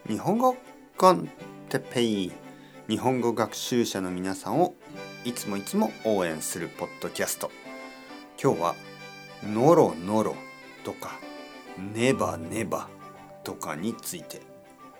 日本語コンテッペイ、日本語学習者の皆さんをいつも応援するポッドキャスト。今日はノロノロとかネバネバとかについて。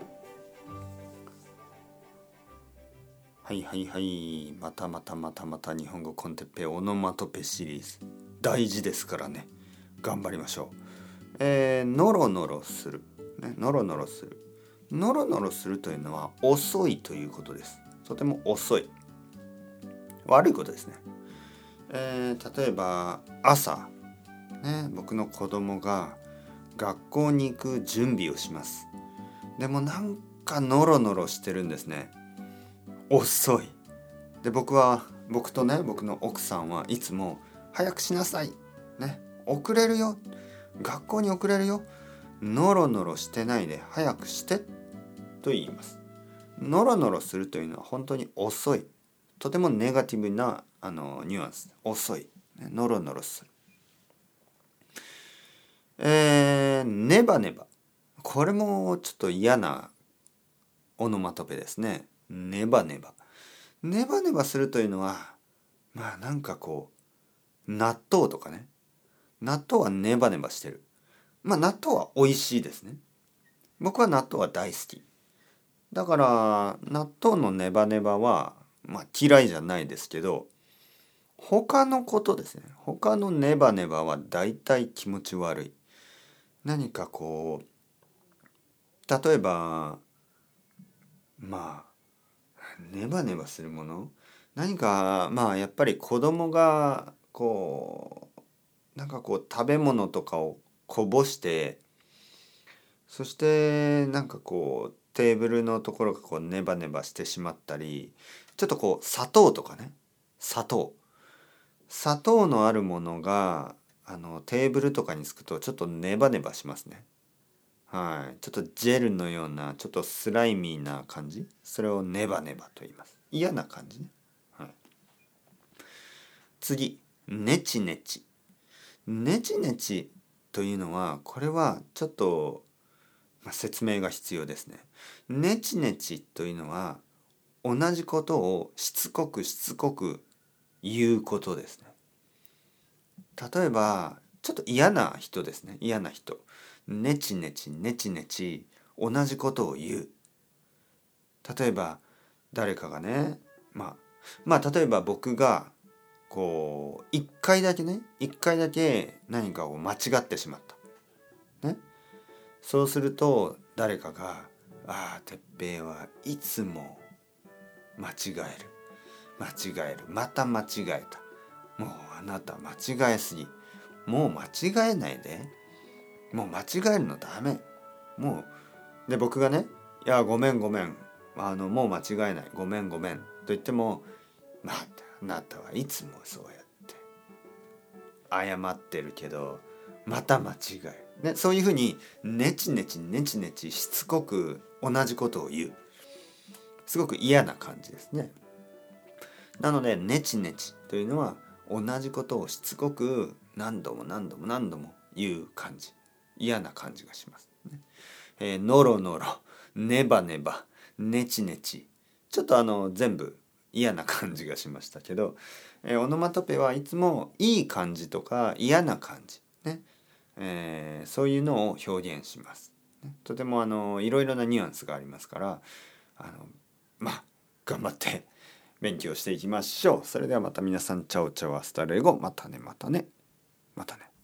はいまた日本語コンテッペイオノマトペシリーズ大事ですからね、頑張りましょう。ノロノロする、ね、ノロノロするというのは遅いということです。とても遅い、悪いことですね。例えば朝、ね、僕の子供が学校に行く準備をします。でもなんかノロノロしてるんですね。遅い。で僕とね、僕の奥さんはいつも早くしなさい、ね、遅れるよ、学校に遅れるよ、ノロノロしてないで早くしてと言います。ノロノロするというのは本当に遅い、とてもネガティブなニュアンス。遅い、ノロノロする。ネバネバ、これもちょっと嫌なオノマトペですね。ネバネバするというのは、なんかこう納豆とかね、納豆はネバネバしてる。納豆は美味しいですね。僕は納豆は大好きだから、納豆のネバネバは嫌いじゃないですけど、他のことですね、他のネバネバはだいたい気持ち悪い。何かこう、例えばネバネバするもの、何かやっぱり子供がこう食べ物とかをこぼして、そしてテーブルのところがネバネバしてしまったり、ちょっと砂糖とかね、砂糖のあるものがテーブルとかにつくとちょっとネバネバしますね。はい、ちょっとジェルのようなちょっとスライミーな感じ、それをネバネバと言います。嫌な感じね。はい、次、ネチネチというのは、これはちょっと説明が必要ですね。ネチネチというのは同じことをしつこく言うことですね。例えばちょっと嫌な人ですね。ネチネチ同じことを言う。例えば誰かがね、例えば僕が一回だけ何かを間違ってしまったね。そうすると誰かが哲平はいつも間違える、また間違えた、もうあなた間違えすぎ、もう間違えないで、もう間違えるのダメ、もう。で僕がね、いやごめんもう間違えない、ごめんと言っても、あなたはいつもそうやって謝ってるけどまた間違える、ね、そういうふうにネチネチしつこく同じことを言う。すごく嫌な感じですね。なのでネチネチというのは同じことをしつこく何度も言う感じ、嫌な感じがしますね。ノロノロ、ネバネバ、ネチネチ、ちょっと全部嫌な感じがしましたけど、オノマトペはいつもいい感じとか嫌な感じね、そういうのを表現します。とてもいろいろなニュアンスがありますから、頑張って勉強していきましょう。それではまた皆さん、チャオチャオ、アスタレゴ、またね。